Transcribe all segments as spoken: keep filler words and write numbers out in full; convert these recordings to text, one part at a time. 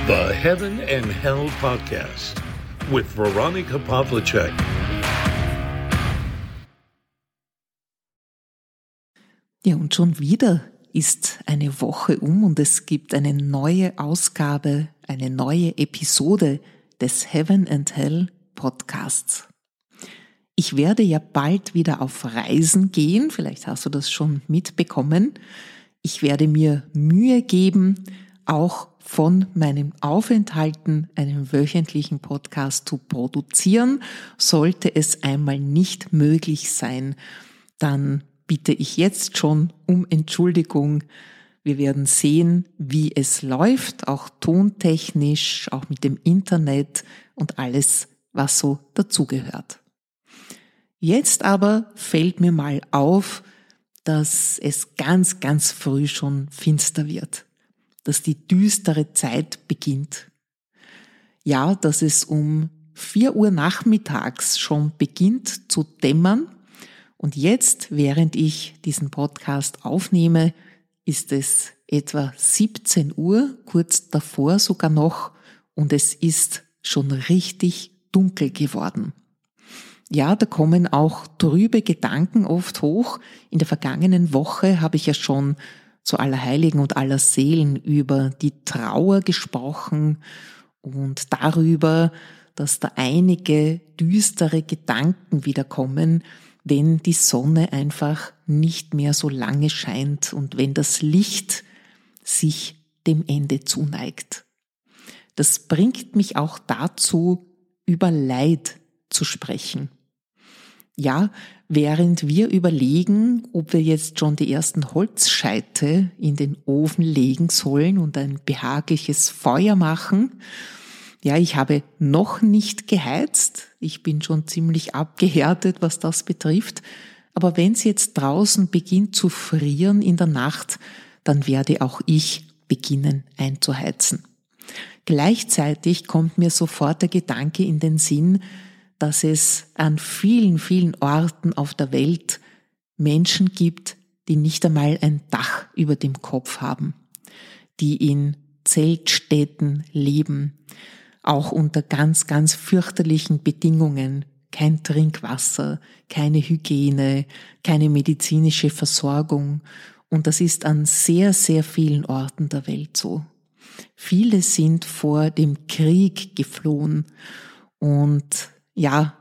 The Heaven and Hell Podcast with Veronica Pavlicek. Ja, und schon wieder ist eine Woche um und es gibt eine neue Ausgabe, eine neue Episode des Heaven and Hell Podcasts. Ich werde ja bald wieder auf Reisen gehen, vielleicht hast du das schon mitbekommen. Ich werde mir Mühe geben, auch von meinen Aufenthalten einen wöchentlichen Podcast zu produzieren. Sollte es einmal nicht möglich sein, dann bitte ich jetzt schon um Entschuldigung. Wir werden sehen, wie es läuft, auch tontechnisch, auch mit dem Internet und alles, was so dazugehört. Jetzt aber fällt mir mal auf, dass es ganz, ganz früh schon finster wird, dass die düstere Zeit beginnt. Ja, dass es um vier Uhr nachmittags schon beginnt zu dämmern. Und jetzt, während ich diesen Podcast aufnehme, ist es etwa siebzehn Uhr, kurz davor sogar noch, und es ist schon richtig dunkel geworden. Ja, da kommen auch trübe Gedanken oft hoch. In der vergangenen Woche habe ich ja schon zu Allerheiligen und Allerseelen über die Trauer gesprochen und darüber, dass da einige düstere Gedanken wiederkommen, wenn die Sonne einfach nicht mehr so lange scheint und wenn das Licht sich dem Ende zuneigt. Das bringt mich auch dazu, über Leid zu sprechen. Ja, während wir überlegen, ob wir jetzt schon die ersten Holzscheite in den Ofen legen sollen und ein behagliches Feuer machen. Ja, ich habe noch nicht geheizt. Ich bin schon ziemlich abgehärtet, was das betrifft. Aber wenn es jetzt draußen beginnt zu frieren in der Nacht, dann werde auch ich beginnen einzuheizen. Gleichzeitig kommt mir sofort der Gedanke in den Sinn, dass es an vielen, vielen Orten auf der Welt Menschen gibt, die nicht einmal ein Dach über dem Kopf haben, die in Zeltstädten leben, auch unter ganz, ganz fürchterlichen Bedingungen, kein Trinkwasser, keine Hygiene, keine medizinische Versorgung. Und das ist an sehr, sehr vielen Orten der Welt so. Viele sind vor dem Krieg geflohen und ja,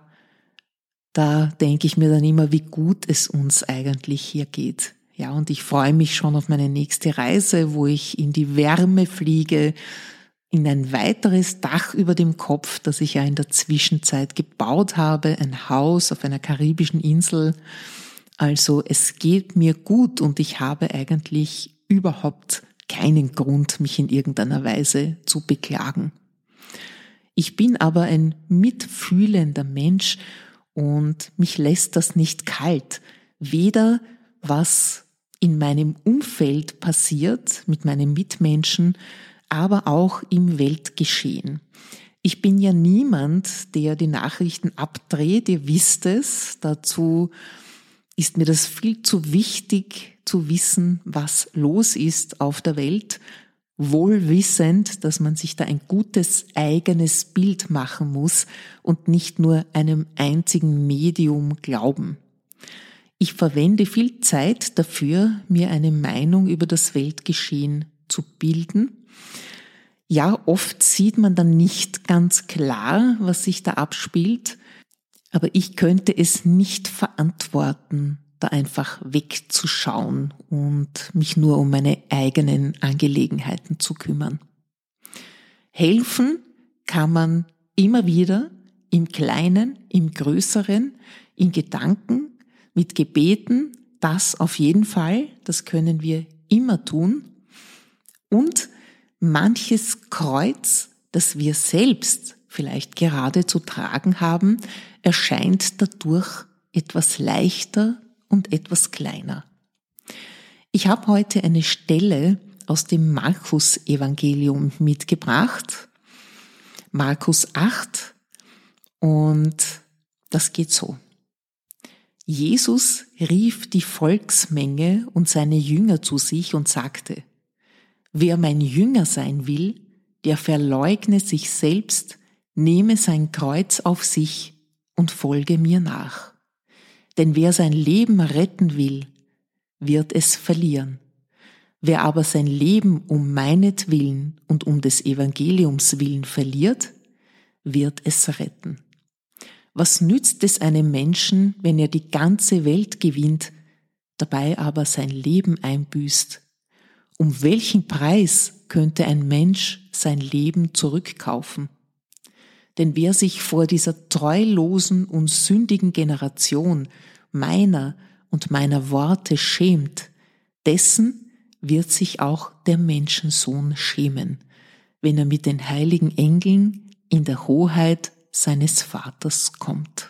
da denke ich mir dann immer, wie gut es uns eigentlich hier geht. Ja, und ich freue mich schon auf meine nächste Reise, wo ich in die Wärme fliege, in ein weiteres Dach über dem Kopf, das ich ja in der Zwischenzeit gebaut habe, ein Haus auf einer karibischen Insel. Also es geht mir gut und ich habe eigentlich überhaupt keinen Grund, mich in irgendeiner Weise zu beklagen. Ich bin aber ein mitfühlender Mensch und mich lässt das nicht kalt. Weder was in meinem Umfeld passiert, mit meinen Mitmenschen, aber auch im Weltgeschehen. Ich bin ja niemand, der die Nachrichten abdreht, ihr wisst es. Dazu ist mir das viel zu wichtig zu wissen, was los ist auf der Welt, wohl wissend, dass man sich da ein gutes eigenes Bild machen muss und nicht nur einem einzigen Medium glauben. Ich verwende viel Zeit dafür, mir eine Meinung über das Weltgeschehen zu bilden. Ja, oft sieht man dann nicht ganz klar, was sich da abspielt, aber ich könnte es nicht verantworten, da einfach wegzuschauen und mich nur um meine eigenen Angelegenheiten zu kümmern. Helfen kann man immer wieder im Kleinen, im Größeren, in Gedanken, mit Gebeten, das auf jeden Fall, das können wir immer tun. Und manches Kreuz, das wir selbst vielleicht gerade zu tragen haben, erscheint dadurch etwas leichter und etwas kleiner. Ich habe heute eine Stelle aus dem Markus-Evangelium mitgebracht, Markus acht, und das geht so. Jesus rief die Volksmenge und seine Jünger zu sich und sagte: Wer mein Jünger sein will, der verleugne sich selbst, nehme sein Kreuz auf sich und folge mir nach. Denn wer sein Leben retten will, wird es verlieren. Wer aber sein Leben um meinetwillen und um des Evangeliums willen verliert, wird es retten. Was nützt es einem Menschen, wenn er die ganze Welt gewinnt, dabei aber sein Leben einbüßt? Um welchen Preis könnte ein Mensch sein Leben zurückkaufen? Denn wer sich vor dieser treulosen und sündigen Generation meiner und meiner Worte schämt, dessen wird sich auch der Menschensohn schämen, wenn er mit den heiligen Engeln in der Hoheit seines Vaters kommt.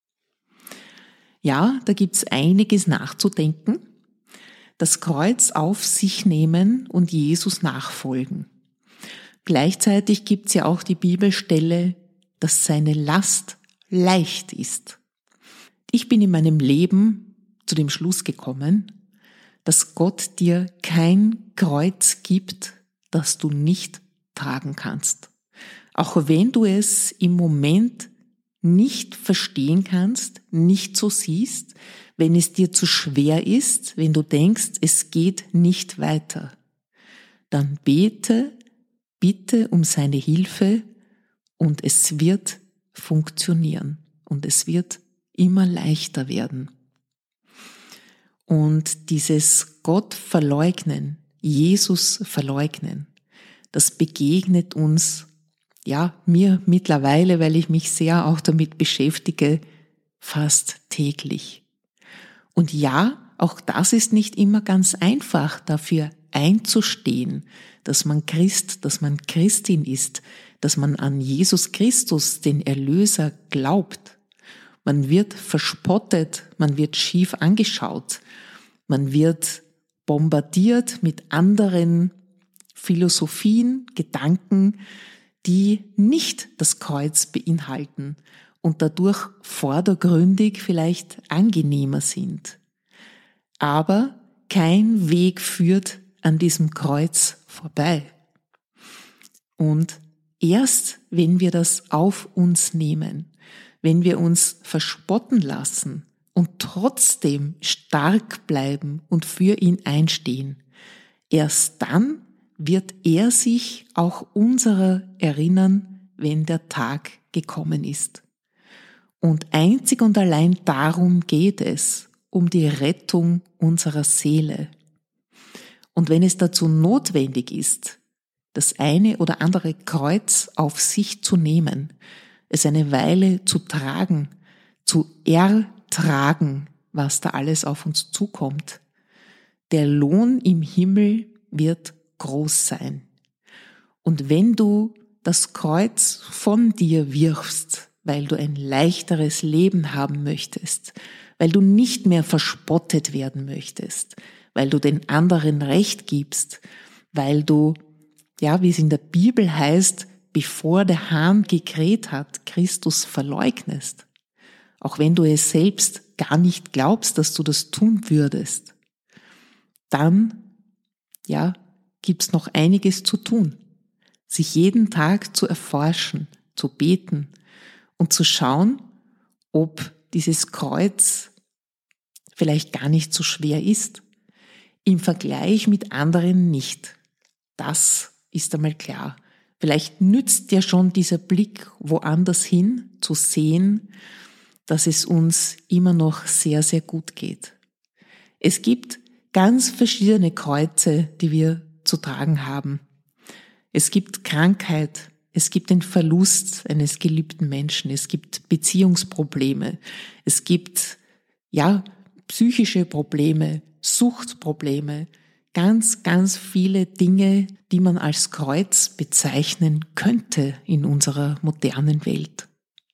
Ja, da gibt's einiges nachzudenken. Das Kreuz auf sich nehmen und Jesus nachfolgen. Gleichzeitig gibt's ja auch die Bibelstelle, dass seine Last leicht ist. Ich bin in meinem Leben zu dem Schluss gekommen, dass Gott dir kein Kreuz gibt, das du nicht tragen kannst. Auch wenn du es im Moment nicht verstehen kannst, nicht so siehst, wenn es dir zu schwer ist, wenn du denkst, es geht nicht weiter, dann bete bitte um seine Hilfe und es wird funktionieren und es wird immer leichter werden. Und dieses Gott verleugnen, Jesus verleugnen, das begegnet uns, ja, mir mittlerweile, weil ich mich sehr auch damit beschäftige, fast täglich. Und ja, auch das ist nicht immer ganz einfach, dafür einzustehen, dass man Christ, dass man Christin ist, dass man an Jesus Christus, den Erlöser, glaubt. Man wird verspottet, man wird schief angeschaut, man wird bombardiert mit anderen Philosophien, Gedanken, die nicht das Kreuz beinhalten und dadurch vordergründig vielleicht angenehmer sind. Aber kein Weg führt an diesem Kreuz vorbei. Und erst wenn wir das auf uns nehmen, wenn wir uns verspotten lassen und trotzdem stark bleiben und für ihn einstehen, erst dann wird er sich auch unserer erinnern, wenn der Tag gekommen ist. Und einzig und allein darum geht es, um die Rettung unserer Seele. Und wenn es dazu notwendig ist, das eine oder andere Kreuz auf sich zu nehmen, es eine Weile zu tragen, zu ertragen, was da alles auf uns zukommt, der Lohn im Himmel wird groß sein. Und wenn du das Kreuz von dir wirfst, weil du ein leichteres Leben haben möchtest, weil du nicht mehr verspottet werden möchtest, weil du den anderen Recht gibst, weil du, ja, wie es in der Bibel heißt, bevor der Hahn gekräht hat, Christus verleugnest, auch wenn du es selbst gar nicht glaubst, dass du das tun würdest, dann, ja, gibt's noch einiges zu tun, sich jeden Tag zu erforschen, zu beten und zu schauen, ob dieses Kreuz vielleicht gar nicht so schwer ist, im Vergleich mit anderen nicht. Das ist einmal klar. Vielleicht nützt dir schon dieser Blick woanders hin, zu sehen, dass es uns immer noch sehr, sehr gut geht. Es gibt ganz verschiedene Kreuze, die wir zu tragen haben. Es gibt Krankheit, es gibt den Verlust eines geliebten Menschen, es gibt Beziehungsprobleme, es gibt, ja, psychische Probleme, Suchtprobleme, ganz, ganz viele Dinge, die man als Kreuz bezeichnen könnte in unserer modernen Welt.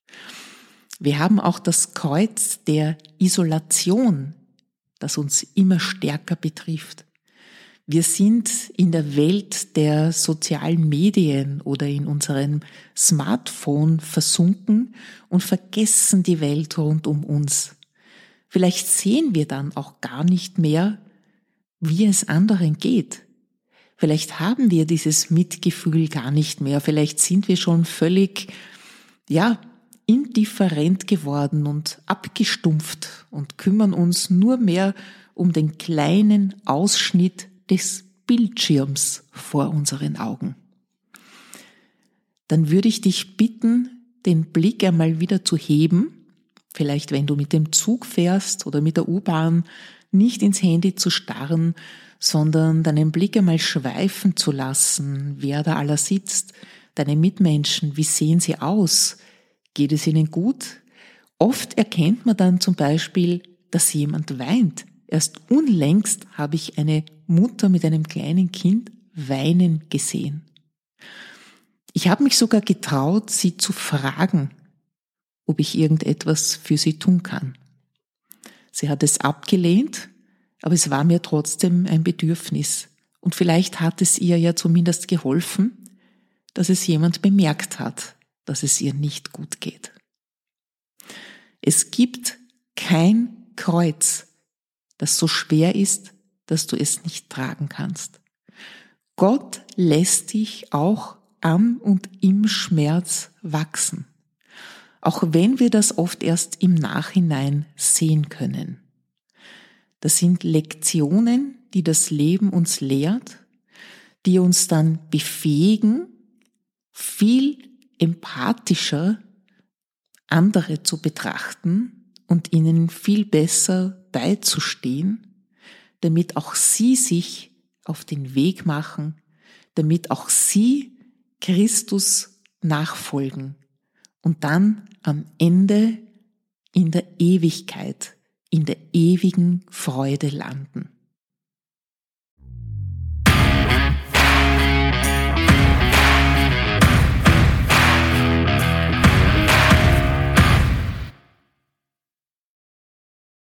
Wir haben auch das Kreuz der Isolation, das uns immer stärker betrifft. Wir sind in der Welt der sozialen Medien oder in unserem Smartphone versunken und vergessen die Welt rund um uns. Vielleicht sehen wir dann auch gar nicht mehr, wie es anderen geht. Vielleicht haben wir dieses Mitgefühl gar nicht mehr. Vielleicht sind wir schon völlig, ja, indifferent geworden und abgestumpft und kümmern uns nur mehr um den kleinen Ausschnitt des Bildschirms vor unseren Augen. Dann würde ich dich bitten, den Blick einmal wieder zu heben, vielleicht wenn du mit dem Zug fährst oder mit der U-Bahn, nicht ins Handy zu starren, sondern deinen Blick einmal schweifen zu lassen, wer da aller sitzt, deine Mitmenschen, wie sehen sie aus, geht es ihnen gut? Oft erkennt man dann zum Beispiel, dass jemand weint. Erst unlängst habe ich eine Mutter mit einem kleinen Kind weinen gesehen. Ich habe mich sogar getraut, sie zu fragen, ob ich irgendetwas für sie tun kann. Sie hat es abgelehnt, aber es war mir trotzdem ein Bedürfnis. Und vielleicht hat es ihr ja zumindest geholfen, dass es jemand bemerkt hat, dass es ihr nicht gut geht. Es gibt kein Kreuz, das so schwer ist, dass du es nicht tragen kannst. Gott lässt dich auch am und im Schmerz wachsen, auch wenn wir das oft erst im Nachhinein sehen können. Das sind Lektionen, die das Leben uns lehrt, die uns dann befähigen, viel empathischer andere zu betrachten und ihnen viel besser beizustehen, damit auch sie sich auf den Weg machen, damit auch sie Christus nachfolgen und dann am Ende in der Ewigkeit, in der ewigen Freude landen.